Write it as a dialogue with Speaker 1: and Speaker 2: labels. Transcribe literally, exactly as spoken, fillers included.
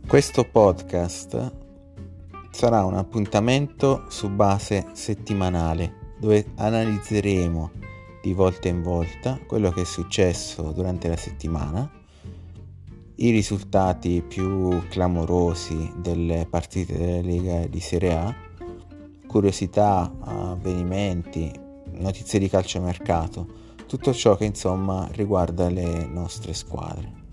Speaker 1: Questo podcast sarà un appuntamento su base settimanale dove analizzeremo di volta in volta quello che è successo durante la settimana, i risultati più clamorosi delle partite della Lega di Serie A, curiosità, avvenimenti, notizie di calciomercato, tutto ciò che insomma riguarda le nostre squadre.